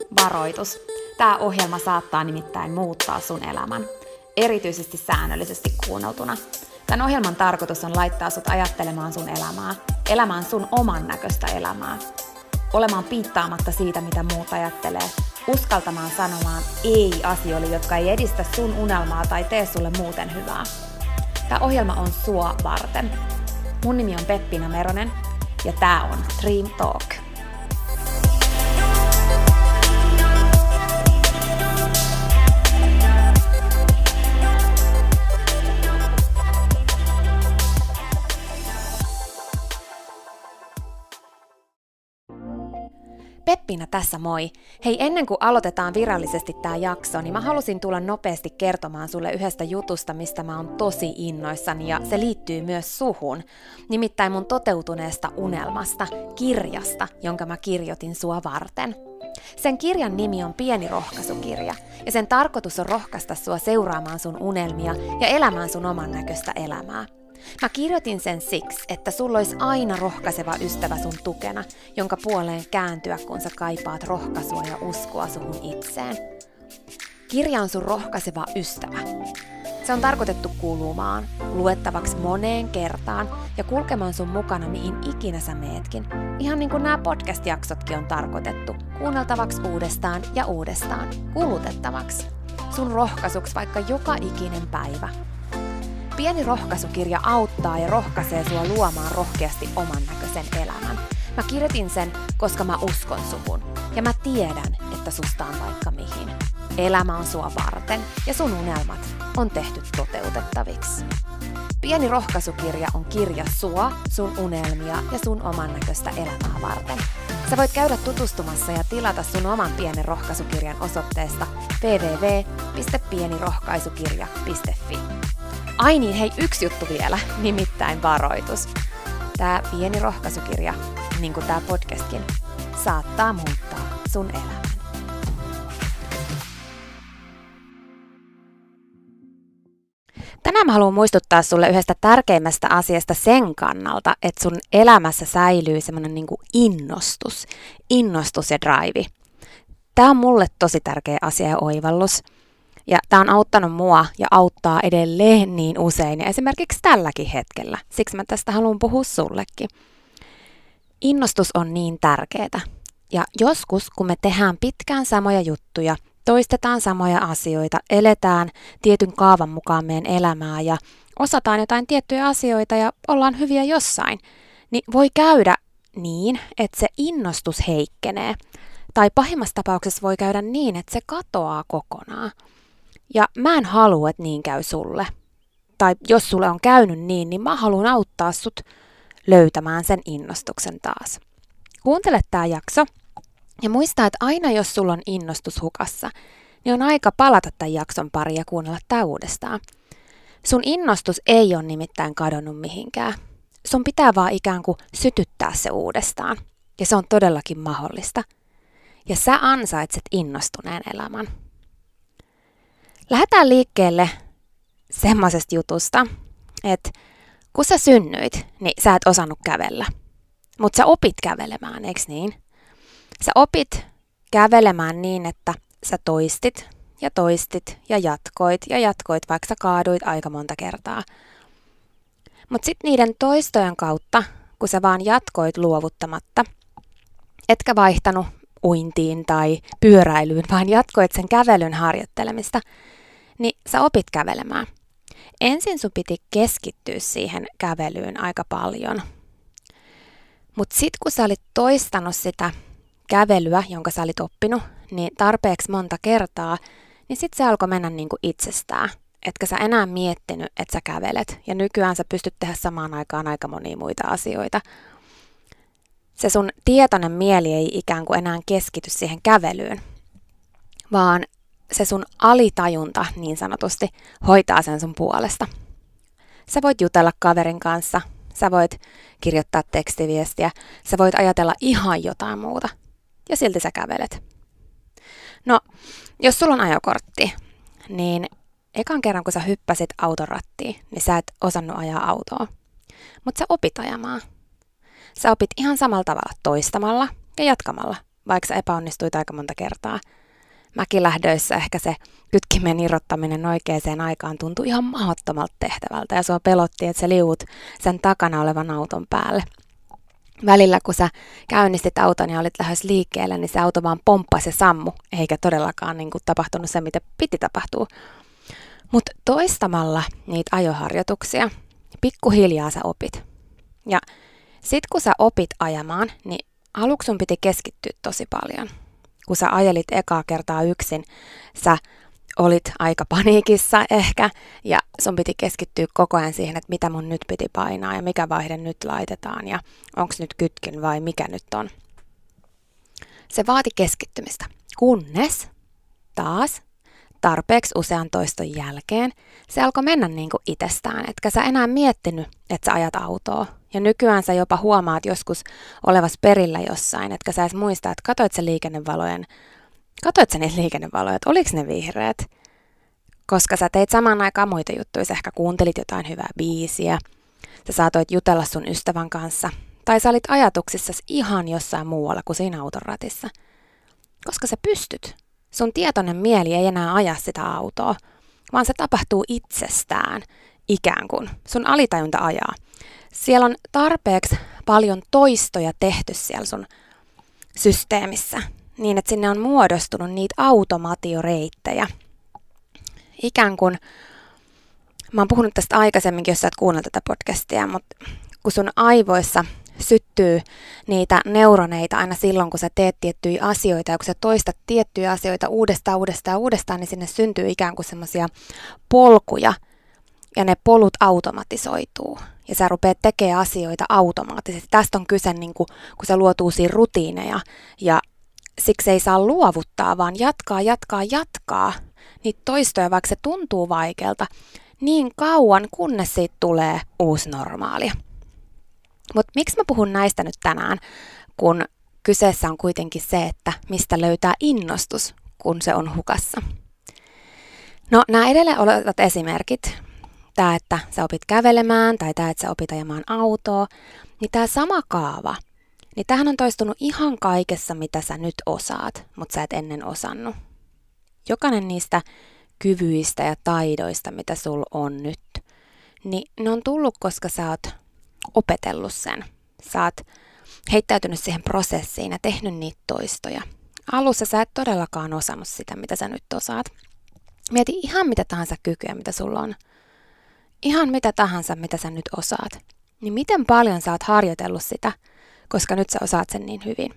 Varoitus. Tämä ohjelma saattaa nimittäin muuttaa sun elämän, erityisesti säännöllisesti kuunneltuna. Tämän ohjelman tarkoitus on laittaa sut ajattelemaan sun elämää, elämään sun oman näköistä elämää, olemaan piittaamatta siitä, mitä muut ajattelee, uskaltamaan sanomaan ei asioille, jotka ei edistä sun unelmaa tai tee sulle muuten hyvää. Tämä ohjelma on sua varten. Mun nimi on Peppina Meronen ja tää on Dream Talk. Peppina tässä moi! Hei, ennen kuin aloitetaan virallisesti tää jakso, niin mä halusin tulla nopeasti kertomaan sulle yhdestä jutusta, mistä mä oon tosi innoissani ja se liittyy myös suhun. Nimittäin mun toteutuneesta unelmasta, kirjasta, jonka mä kirjoitin sua varten. Sen kirjan nimi on Pieni rohkaisukirja ja sen tarkoitus on rohkaista sua seuraamaan sun unelmia ja elämään sun oman näköistä elämää. Mä kirjoitin sen siksi, että sulla olisi aina rohkaiseva ystävä sun tukena, jonka puoleen kääntyä, kun sä kaipaat rohkaisua ja uskoa suhun itseen. Kirja on sun rohkaiseva ystävä. Se on tarkoitettu kulumaan, luettavaksi moneen kertaan ja kulkemaan sun mukana mihin ikinä sä meetkin. Ihan niin kuin nämä podcast-jaksotkin on tarkoitettu, kuunneltavaksi uudestaan ja uudestaan, kulutettavaksi. Sun rohkaisuksi vaikka joka ikinen päivä. Pieni rohkaisukirja auttaa ja rohkaisee sua luomaan rohkeasti oman näköisen elämän. Mä kirjoitin sen, koska mä uskon suhun. Ja mä tiedän, että susta on vaikka mihin. Elämä on sua varten ja sun unelmat on tehty toteutettaviksi. Pieni rohkaisukirja on kirja sua, sun unelmia ja sun oman näköistä elämää varten. Sä voit käydä tutustumassa ja tilata sun oman pienen rohkaisukirjan osoitteesta www.pienirohkaisukirja.fi. Ai niin, hei, yksi juttu vielä, nimittäin varoitus. Tää pieni rohkaisukirja, niin kuin tää podcastkin, saattaa muuttaa sun elämän. Tänään mä haluan muistuttaa sulle yhdestä tärkeimmästä asiasta sen kannalta, että sun elämässä säilyy semmoinen niin kuin innostus ja drive. Tää on mulle tosi tärkeä asia ja oivallus. Ja tämä on auttanut mua ja auttaa edelleen niin usein ja esimerkiksi tälläkin hetkellä. Siksi mä tästä haluan puhua sullekin. Innostus on niin tärkeää. Ja joskus, kun me tehdään pitkään samoja juttuja, toistetaan samoja asioita, eletään tietyn kaavan mukaan meidän elämää ja osataan jotain tiettyjä asioita ja ollaan hyviä jossain, niin voi käydä niin, että se innostus heikkenee. Tai pahimmassa tapauksessa voi käydä niin, että se katoaa kokonaan. Ja mä en halua, että niin käy sulle. Tai jos sulle on käynyt niin mä haluan auttaa sut löytämään sen innostuksen taas. Kuuntele tää jakso ja muista, että aina jos sulla on innostus hukassa, niin on aika palata tämän jakson pariin ja kuunnella tää uudestaan. Sun innostus ei ole nimittäin kadonnut mihinkään. Sun pitää vaan ikään kuin sytyttää se uudestaan. Ja se on todellakin mahdollista. Ja sä ansaitset innostuneen elämän. Lähdetään liikkeelle semmoisesta jutusta, että kun sä synnyit, niin sä et osannut kävellä. Mutta sä opit kävelemään, eikö niin? Sä opit kävelemään niin, että sä toistit ja jatkoit, vaikka sä kaaduit aika monta kertaa. Mutta sitten niiden toistojen kautta, kun sä vaan jatkoit luovuttamatta, etkä vaihtanut uintiin tai pyöräilyyn, vaan jatkoit sen kävelyn harjoittelemista, niin sä opit kävelemään. Ensin sun piti keskittyä siihen kävelyyn aika paljon. Mutta sitten kun sä olit toistanut sitä kävelyä, jonka sä olit oppinut, niin tarpeeksi monta kertaa, niin sitten se alkoi mennä niin kuin itsestään. Etkä sä enää miettinyt, että sä kävelet. Ja nykyään sä pystyt tehdä samaan aikaan aika monia muita asioita. Se sun tietoinen mieli ei ikään kuin enää keskity siihen kävelyyn, vaan se sun alitajunta niin sanotusti hoitaa sen sun puolesta. Sä voit jutella kaverin kanssa, sä voit kirjoittaa tekstiviestiä, sä voit ajatella ihan jotain muuta ja silti sä kävelet. No, jos sulla on ajokortti, niin ekan kerran kun sä hyppäsit auton rattiin, niin sä et osannut ajaa autoa, mutta sä opit ajamaan. Sä opit ihan samalla tavalla toistamalla ja jatkamalla, vaikka sä epäonnistuit aika monta kertaa. Mäkilähdöissä ehkä se kytkimen irrottaminen oikeaan aikaan tuntui ihan mahdottomalta tehtävältä ja sua pelotti, että sä liuut sen takana olevan auton päälle. Välillä kun sä käynnistit auton ja olit lähes liikkeelle, niin se auto vaan pomppasi ja sammu, eikä todellakaan niin kuin tapahtunut se, mitä piti tapahtua. Mutta toistamalla niitä ajoharjoituksia, pikkuhiljaa sä opit. Ja sit kun sä opit ajamaan, niin aluksi sun piti keskittyä tosi paljon. Kun sä ajelit ekaa kertaa yksin, sä olit aika paniikissa ehkä, ja sun piti keskittyä koko ajan siihen, että mitä mun nyt piti painaa, ja mikä vaihde nyt laitetaan, ja onks nyt kytkin vai mikä nyt on. Se vaati keskittymistä, kunnes taas tarpeeksi usean toiston jälkeen se alkoi mennä niin kuin itsestään, etkä sä enää miettinyt, että sä ajat autoa. Ja nykyään sä jopa huomaat joskus olevas perillä jossain, etkä sä edes muista, että katoit sä niitä liikennevaloja, että oliks ne vihreät. Koska sä teit samaan aikaan muita juttuja, sä ehkä kuuntelit jotain hyvää biisiä, sä saatoit jutella sun ystävän kanssa, tai sä olit ajatuksissasi ihan jossain muualla kuin siinä auton ratissa. Koska sä pystyt. Sun tietoinen mieli ei enää aja sitä autoa, vaan se tapahtuu itsestään, ikään kuin. Sun alitajunta ajaa. Siellä on tarpeeksi paljon toistoja tehty siellä sun systeemissä, niin että sinne on muodostunut niitä automaatioreittejä. Ikään kuin, mä oon puhunut tästä aikaisemminkin, jos sä et kuunnella tätä podcastia, mutta kun sun aivoissa syttyy niitä neuroneita aina silloin, kun sä teet tiettyjä asioita, ja kun sä toistat tiettyjä asioita uudestaan, niin sinne syntyy ikään kuin semmoisia polkuja, ja ne polut automatisoituu, ja sä rupeat tekemään asioita automaattisesti. Tästä on kyse, niin kun sä luot uusia rutiineja, ja siksi ei saa luovuttaa, vaan jatkaa niitä toistoja, vaikka se tuntuu vaikealta, niin kauan, kunnes siitä tulee uusi normaali. Mutta miksi mä puhun näistä nyt tänään, kun kyseessä on kuitenkin se, että mistä löytää innostus, kun se on hukassa. No, nämä edellä olevat esimerkit, tämä, että sä opit kävelemään tai tämä, että sä opit ajamaan autoa, niin tämä sama kaava, niin tämähän on toistunut ihan kaikessa, mitä sä nyt osaat, mutta sä et ennen osannut. Jokainen niistä kyvyistä ja taidoista, mitä sul on nyt, niin ne on tullut, koska sä oot opetellut sen. Sä oot heittäytynyt siihen prosessiin ja tehnyt niitä toistoja. Alussa sä et todellakaan osannut sitä, mitä sä nyt osaat. Mieti ihan mitä tahansa kykyä, mitä sulla on. Ihan mitä tahansa, mitä sä nyt osaat. Niin miten paljon sä oot harjoitellut sitä, koska nyt sä osaat sen niin hyvin.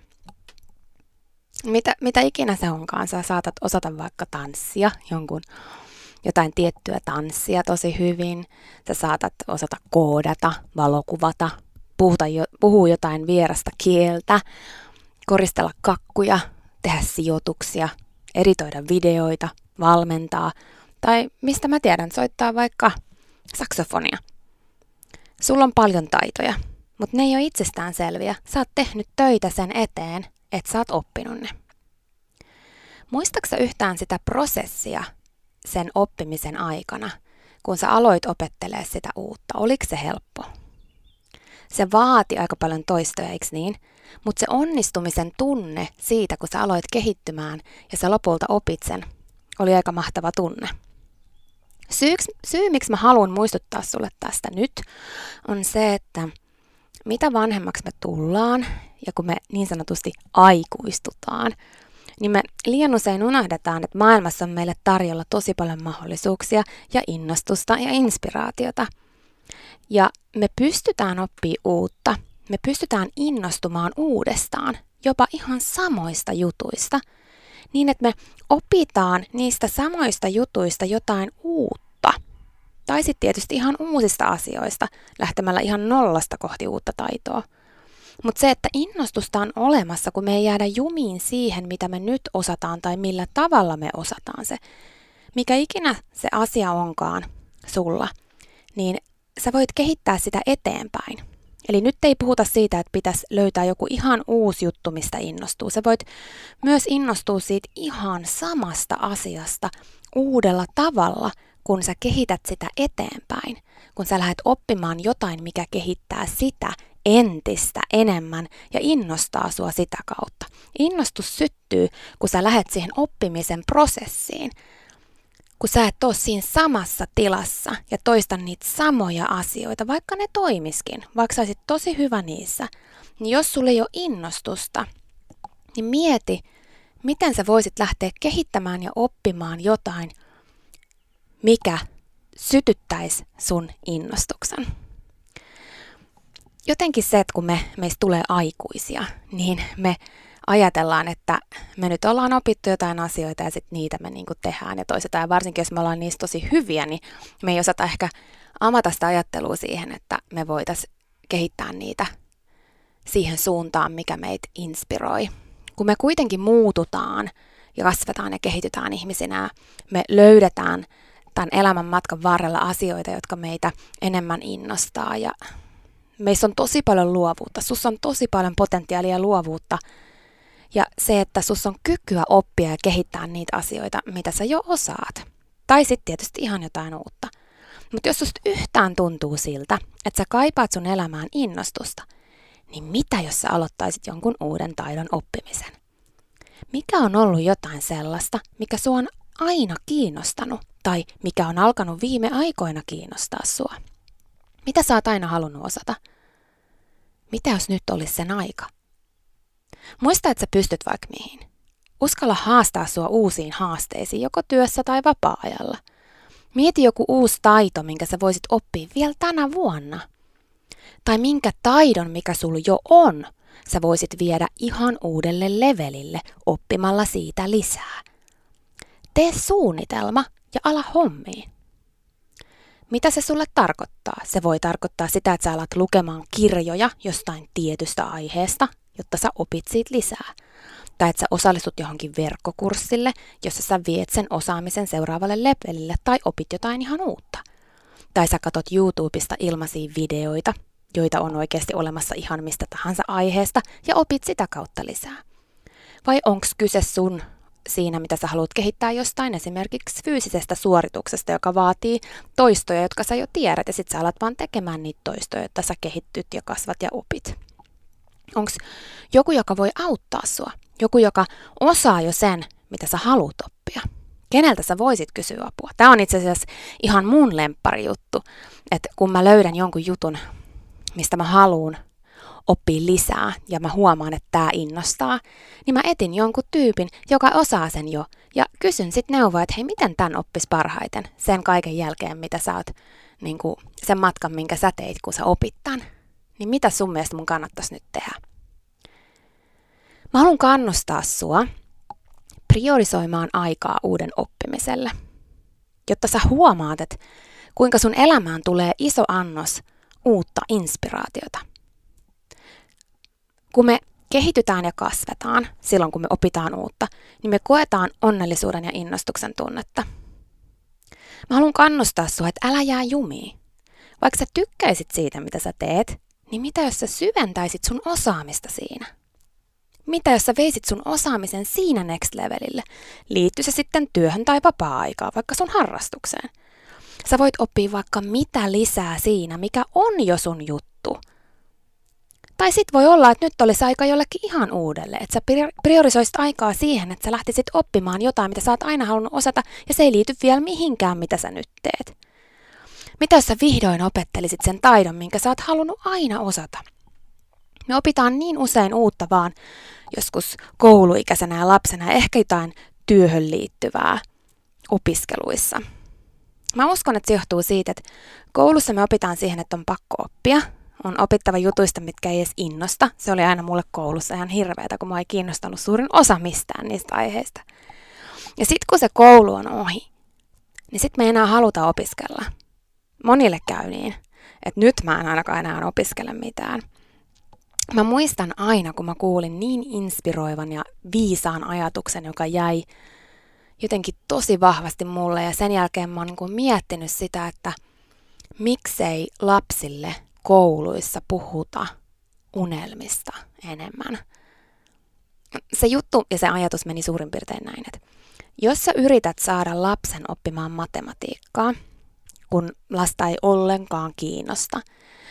Mitä ikinä se onkaan, sä saatat osata vaikka tanssia, jotain tiettyä tanssia tosi hyvin. Sä saatat osata koodata, valokuvata, puhua jotain vierasta kieltä, koristella kakkuja, tehdä sijoituksia, editoida videoita, valmentaa tai mistä mä tiedän, soittaa vaikka saksofonia. Sulla on paljon taitoja, mutta ne ei ole itsestäänselviä. Sä oot tehnyt töitä sen eteen, että sä oot oppinut ne. Muistatko yhtään sitä prosessia sen oppimisen aikana, kun sä aloit opettelemaan sitä uutta? Oliko se helppo? Se vaati aika paljon toistoja, eikö niin? Mutta se onnistumisen tunne siitä, kun sä aloit kehittymään ja sä lopulta opit sen, oli aika mahtava tunne. Syy, miksi mä haluan muistuttaa sulle tästä nyt, on se, että mitä vanhemmaksi me tullaan ja kun me niin sanotusti aikuistutaan, niin me liian usein unohdetaan, että maailmassa on meille tarjolla tosi paljon mahdollisuuksia ja innostusta ja inspiraatiota. Ja me pystytään oppimaan uutta, me pystytään innostumaan uudestaan, jopa ihan samoista jutuista, niin että me opitaan niistä samoista jutuista jotain uutta. Tai sitten tietysti ihan uusista asioista, lähtemällä ihan nollasta kohti uutta taitoa. Mutta se, että innostusta on olemassa, kun me ei jäädä jumiin siihen, mitä me nyt osataan tai millä tavalla me osataan se. Mikä ikinä se asia onkaan sulla, niin sä voit kehittää sitä eteenpäin. Eli nyt ei puhuta siitä, että pitäisi löytää joku ihan uusi juttu, mistä innostuu. Sä voit myös innostua siitä ihan samasta asiasta uudella tavalla, kun sä kehität sitä eteenpäin. Kun sä lähdet oppimaan jotain, mikä kehittää sitä entistä enemmän ja innostaa sua sitä kautta. Innostus syttyy, kun sä lähet siihen oppimisen prosessiin. Kun sä et ole siinä samassa tilassa ja toista niitä samoja asioita, vaikka ne toimiskin, vaikka sä olisit tosi hyvä niissä, niin jos sulla ei ole innostusta, niin mieti, miten sä voisit lähteä kehittämään ja oppimaan jotain, mikä sytyttäisi sun innostuksen. Jotenkin se, että kun meistä tulee aikuisia, niin me ajatellaan, että me nyt ollaan opittu jotain asioita ja sitten niitä me niinku tehdään ja toistetaan. Ja varsinkin jos me ollaan niistä tosi hyviä, niin me ei osata ehkä amata sitä ajattelua siihen, että me voitaisiin kehittää niitä siihen suuntaan, mikä meitä inspiroi. Kun me kuitenkin muututaan ja kasvetaan ja kehitytään ihmisinä, me löydetään tämän elämän matkan varrella asioita, jotka meitä enemmän innostaa ja meissä on tosi paljon luovuutta, sussa on tosi paljon potentiaalia ja luovuutta ja se, että sussa on kykyä oppia ja kehittää niitä asioita, mitä sä jo osaat. Tai sitten tietysti ihan jotain uutta. Mutta jos susta yhtään tuntuu siltä, että sä kaipaat sun elämään innostusta, niin mitä jos sä aloittaisit jonkun uuden taidon oppimisen? Mikä on ollut jotain sellaista, mikä sua on aina kiinnostanut tai mikä on alkanut viime aikoina kiinnostaa sua? Mitä sä oot aina halunnut osata? Mitä jos nyt olisi sen aika? Muista, että sä pystyt vaikka mihin. Uskalla haastaa sua uusiin haasteisiin, joko työssä tai vapaa-ajalla. Mieti joku uusi taito, minkä sä voisit oppia vielä tänä vuonna. Tai minkä taidon, mikä sulla jo on, sä voisit viedä ihan uudelle levelille oppimalla siitä lisää. Tee suunnitelma ja ala hommiin. Mitä se sulle tarkoittaa? Se voi tarkoittaa sitä, että sä alat lukemaan kirjoja jostain tietystä aiheesta, jotta sä opit siitä lisää. Tai että sä osallistut johonkin verkkokurssille, jossa sä viet sen osaamisen seuraavalle levelille tai opit jotain ihan uutta. Tai sä katot YouTubesta ilmaisia videoita, joita on oikeasti olemassa ihan mistä tahansa aiheesta, ja opit sitä kautta lisää. Vai onko kyse sun siinä, mitä sä haluat kehittää jostain esimerkiksi fyysisestä suorituksesta, joka vaatii toistoja, jotka sä jo tiedät, ja sit sä alat vaan tekemään niitä toistoja, että sä kehittyt ja kasvat ja opit. Onko joku, joka voi auttaa sua? Joku, joka osaa jo sen, mitä sä haluat oppia? Keneltä sä voisit kysyä apua? Tämä on itse asiassa ihan mun lempparijuttu, että kun mä löydän jonkun jutun, mistä mä haluan oppia lisää ja mä huomaan, että tämä innostaa, niin mä etin jonkun tyypin, joka osaa sen jo ja kysyn sitten neuvoa, että hei, miten tämän oppisi parhaiten sen kaiken jälkeen, mitä sä oot, niin kuin sen matkan, minkä sä teit, kun sä opit tämän. Niin mitä sun mielestä mun kannattaisi nyt tehdä? Mä haluan kannustaa sua priorisoimaan aikaa uuden oppimiselle, jotta sä huomaat, että kuinka sun elämään tulee iso annos uutta inspiraatiota. Kun me kehitytään ja kasvetaan, silloin kun me opitaan uutta, niin me koetaan onnellisuuden ja innostuksen tunnetta. Mä haluan kannustaa sua, että älä jää jumiin. Vaikka sä tykkäisit siitä, mitä sä teet, niin mitä jos sä syventäisit sun osaamista siinä? Mitä jos sä veisit sun osaamisen siinä next levelille? Liittyy se sitten työhön tai vapaa-aikaan, vaikka sun harrastukseen. Sä voit oppia vaikka mitä lisää siinä, mikä on jo sun juttu. Tai sit voi olla, että nyt olisi aika jollekin ihan uudelle, että sä priorisoisit aikaa siihen, että sä lähtisit oppimaan jotain, mitä sä oot aina halunnut osata, ja se ei liity vielä mihinkään, mitä sä nyt teet. Mitä jos sä vihdoin opettelisit sen taidon, minkä sä oot halunnut aina osata? Me opitaan niin usein uutta vaan joskus kouluikäisenä ja lapsena, ehkä jotain työhön liittyvää opiskeluissa. Mä uskon, että se johtuu siitä, että koulussa me opitaan siihen, että on pakko oppia. On opittava jutuista, mitkä ei edes innosta. Se oli aina mulle koulussa ihan hirveätä, kun mä ei kiinnostanut suurin osa mistään niistä aiheista. Ja sitten kun se koulu on ohi, niin sitten me ei enää haluta opiskella. Monille käy niin, että nyt mä en ainakaan enää opiskele mitään. Mä muistan aina, kun mä kuulin niin inspiroivan ja viisaan ajatuksen, joka jäi jotenkin tosi vahvasti mulle. Ja sen jälkeen mä oon niin kuin miettinyt sitä, että miksei lapsille kouluissa puhuta unelmista enemmän. Se juttu ja se ajatus meni suurin piirtein näin, että jos sä yrität saada lapsen oppimaan matematiikkaa, kun lasta ei ollenkaan kiinnosta,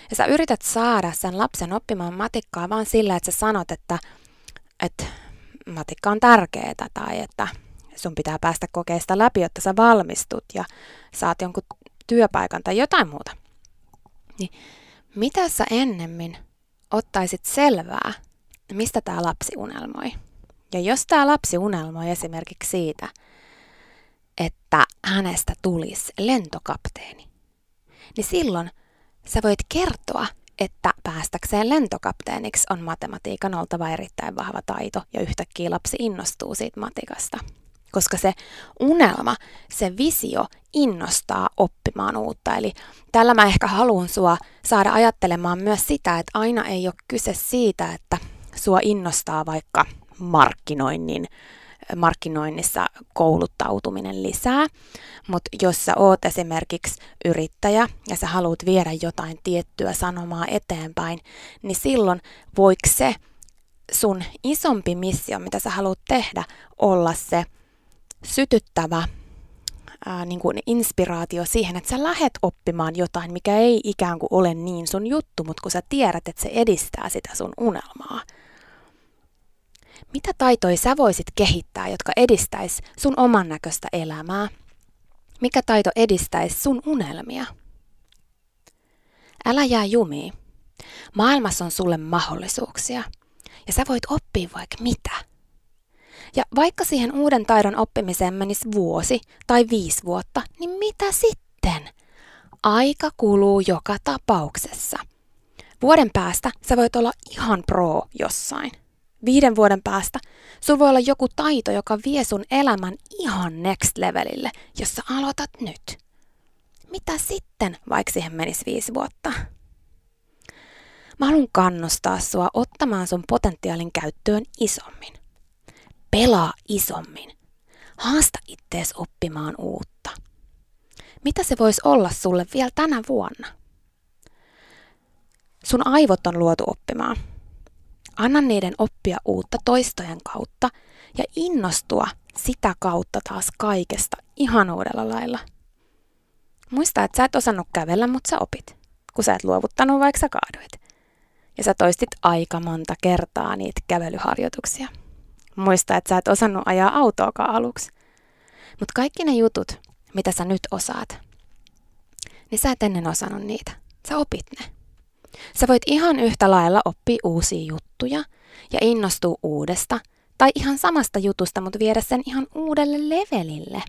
Ja sä yrität saada sen lapsen oppimaan matikkaa vaan sillä, että sä sanot, että matikka on tärkeää tai että sun pitää päästä kokeista läpi, jotta sä valmistut ja saat jonkun työpaikan tai jotain muuta. Niin mitä sä ennemmin ottaisit selvää, mistä tää lapsi unelmoi? Ja jos tää lapsi unelmoi esimerkiksi siitä, että hänestä tulisi lentokapteeni, niin silloin sä voit kertoa, että päästäkseen lentokapteeniksi on matematiikan oltava erittäin vahva taito ja yhtäkkiä lapsi innostuu siitä matikasta. Koska se unelma, se visio innostaa oppimaan uutta. Eli tällä mä ehkä haluan sua saada ajattelemaan myös sitä, että aina ei ole kyse siitä, että sua innostaa vaikka markkinoinnissa kouluttautuminen lisää, mutta jos sä oot esimerkiksi yrittäjä ja sä haluat viedä jotain tiettyä sanomaa eteenpäin, niin silloin voiko se sun isompi missio, mitä sä haluat tehdä, olla se sytyttävä niin kuin inspiraatio siihen, että sä lähet oppimaan jotain, mikä ei ikään kuin ole niin sun juttu, mutta kun sä tiedät, että se edistää sitä sun unelmaa. Mitä taitoja sä voisit kehittää, jotka edistäis sun oman näköistä elämää? Mikä taito edistäisi sun unelmia? Älä jää jumiin. Maailmassa on sulle mahdollisuuksia. Ja sä voit oppia vaikka mitä. Ja vaikka siihen uuden taidon oppimiseen menisi vuosi tai 5 vuotta, niin mitä sitten? Aika kuluu joka tapauksessa. Vuoden päästä sä voit olla ihan pro jossain. 5 vuoden päästä sulla voi olla joku taito, joka vie sun elämän ihan next levelille, jos sä aloitat nyt. Mitä sitten, vaikka siihen menisi 5 vuotta? Mä haluan kannustaa sua ottamaan sun potentiaalin käyttöön isommin. Pelaa isommin. Haasta ittees oppimaan uutta. Mitä se voisi olla sulle vielä tänä vuonna? Sun aivot on luotu oppimaan. Anna niiden oppia uutta toistojen kautta ja innostua sitä kautta taas kaikesta ihan uudella lailla. Muista, että sä et osannut kävellä, mutta sä opit, kun sä et luovuttanut, vaikka sä kaaduit. Ja sä toistit aika monta kertaa niitä kävelyharjoituksia. Muista, että sä et osannut ajaa autoakaan aluksi. Mutta kaikki ne jutut, mitä sä nyt osaat, niin sä et ennen osannut niitä. Sä opit ne. Sä voit ihan yhtä lailla oppia uusia juttuja ja innostua uudesta tai ihan samasta jutusta, mutta viedä sen ihan uudelle levelille.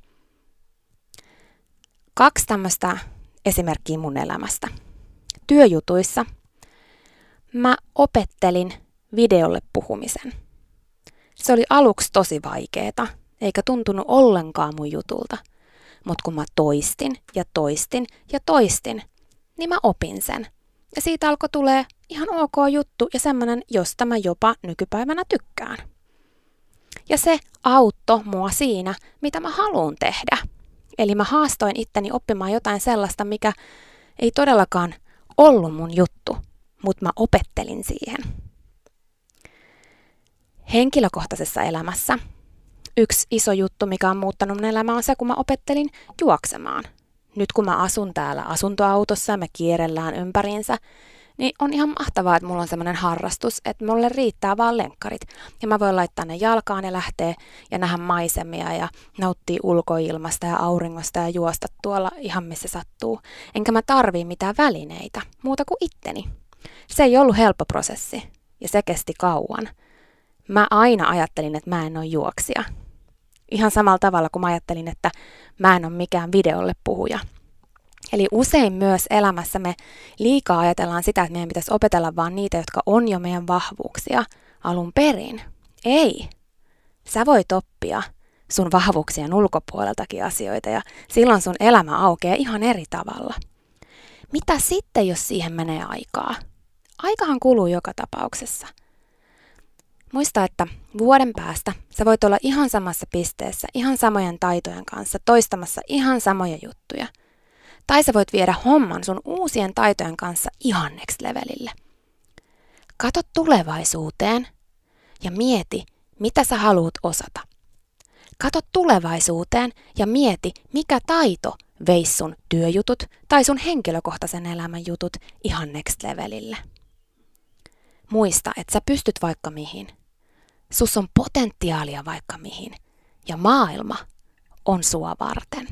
2 tämmöistä esimerkkiä mun elämästä. Työjutuissa mä opettelin videolle puhumisen. Se oli aluksi tosi vaikeeta, eikä tuntunut ollenkaan mun jutulta. Mutta kun mä toistin ja toistin ja toistin, niin mä opin sen. Ja siitä alkoi tulee ihan ok juttu ja semmoinen, josta mä jopa nykypäivänä tykkään. Ja se auttoi mua siinä, mitä mä haluan tehdä. Eli mä haastoin itteni oppimaan jotain sellaista, mikä ei todellakaan ollut mun juttu, mutta mä opettelin siihen. Henkilökohtaisessa elämässä yksi iso juttu, mikä on muuttanut mun elämää, on se, kun mä opettelin juoksemaan. Nyt kun mä asun täällä asuntoautossa ja me kierrellään ympäriinsä, niin on ihan mahtavaa, että mulla on semmoinen harrastus, että mulle riittää vaan lenkkarit. Ja mä voin laittaa ne jalkaan ja lähteä ja nähdä maisemia ja nauttia ulkoilmasta ja auringosta ja juosta tuolla ihan missä sattuu. Enkä mä tarvii mitään välineitä, muuta kuin itteni. Se ei ollut helppo prosessi ja se kesti kauan. Mä aina ajattelin, että mä en ole juoksija. Ihan samalla tavalla kuin mä ajattelin, että mä en ole mikään videolle puhuja. Eli usein myös elämässä me liikaa ajatellaan sitä, että meidän pitäisi opetella vaan niitä, jotka on jo meidän vahvuuksia alun perin. Ei. Sä voit oppia sun vahvuuksien ulkopuoleltakin asioita ja silloin sun elämä aukeaa ihan eri tavalla. Mitä sitten, jos siihen menee aikaa? Aikahan kuluu joka tapauksessa. Muista, että vuoden päästä sä voit olla ihan samassa pisteessä, ihan samojen taitojen kanssa, toistamassa ihan samoja juttuja. Tai sä voit viedä homman sun uusien taitojen kanssa ihan next levelille. Kato tulevaisuuteen ja mieti, mitä sä haluat osata. Kato tulevaisuuteen ja mieti, mikä taito veis sun työjutut tai sun henkilökohtaisen elämän jutut ihan next levelille. Muista, että sä pystyt vaikka mihin. Sus on potentiaalia vaikka mihin. Ja maailma on sua varten.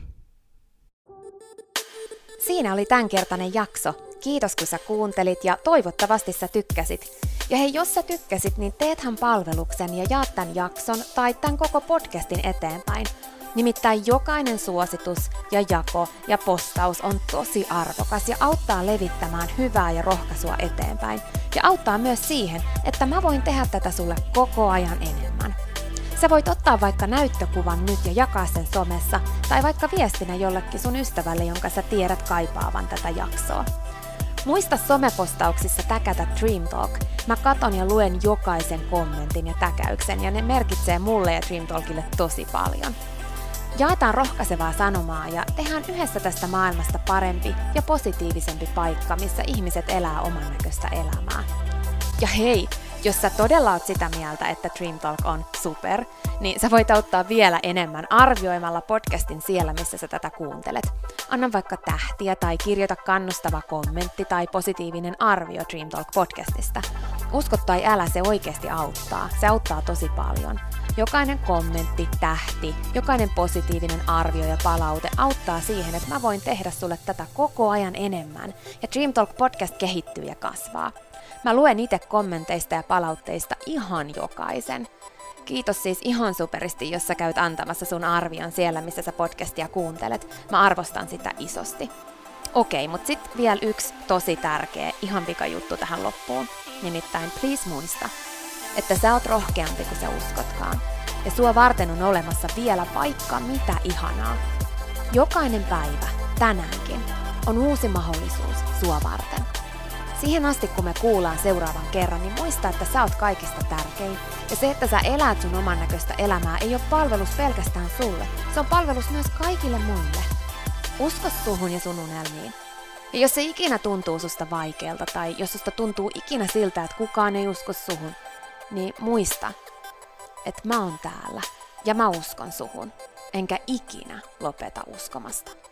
Siinä oli tämänkertainen jakso. Kiitos kun sä kuuntelit ja toivottavasti sä tykkäsit. Ja hei, jos sä tykkäsit, niin teethän palveluksen ja jaat tämän jakson tai tämän koko podcastin eteenpäin. Nimittäin jokainen suositus ja jako ja postaus on tosi arvokas ja auttaa levittämään hyvää ja rohkaisua eteenpäin. Ja auttaa myös siihen, että mä voin tehdä tätä sulle koko ajan enemmän. Sä voit ottaa vaikka näyttökuvan nyt ja jakaa sen somessa, tai vaikka viestinä jollekin sun ystävälle, jonka sä tiedät kaipaavan tätä jaksoa. Muista somepostauksissa täkätä Dream Talk. Mä katon ja luen jokaisen kommentin ja täkäyksen, ja ne merkitsee mulle ja Dream Talkille tosi paljon. Jaetaan rohkaisevaa sanomaa ja tehdään yhdessä tästä maailmasta parempi ja positiivisempi paikka, missä ihmiset elää oman näköistä elämää. Ja hei, jos sä todella oot sitä mieltä, että Dream Talk on super, niin sä voit auttaa vielä enemmän arvioimalla podcastin siellä, missä sä tätä kuuntelet. Anna vaikka tähtiä tai kirjoita kannustava kommentti tai positiivinen arvio Dream Talk podcastista. Usko tai älä, se oikeasti auttaa. Se auttaa tosi paljon. Jokainen kommentti, tähti, jokainen positiivinen arvio ja palaute auttaa siihen, että mä voin tehdä sulle tätä koko ajan enemmän. Ja Dream Talk podcast kehittyy ja kasvaa. Mä luen itse kommenteista ja palautteista ihan jokaisen. Kiitos siis ihan superisti, jos sä käyt antamassa sun arvion siellä, missä sä podcastia kuuntelet. Mä arvostan sitä isosti. Okei, mut sit vielä yksi tosi tärkeä, ihan pikajuttu tähän loppuun. Nimittäin please muista, että sä oot rohkeampi kuin sä uskotkaan. Ja sua varten on olemassa vielä vaikka mitä ihanaa. Jokainen päivä, tänäänkin, on uusi mahdollisuus sua varten. Siihen asti, kun me kuullaan seuraavan kerran, niin muista, että sä oot kaikista tärkein. Ja se, että sä elät sun oman näköistä elämää, ei ole palvelus pelkästään sulle. Se on palvelus myös kaikille muille. Usko suhun ja sun unelmiin. Ja jos se ikinä tuntuu susta vaikealta, tai jos susta tuntuu ikinä siltä, että kukaan ei usko suhun, niin muista, että mä oon täällä ja mä uskon suhun, enkä ikinä lopeta uskomasta.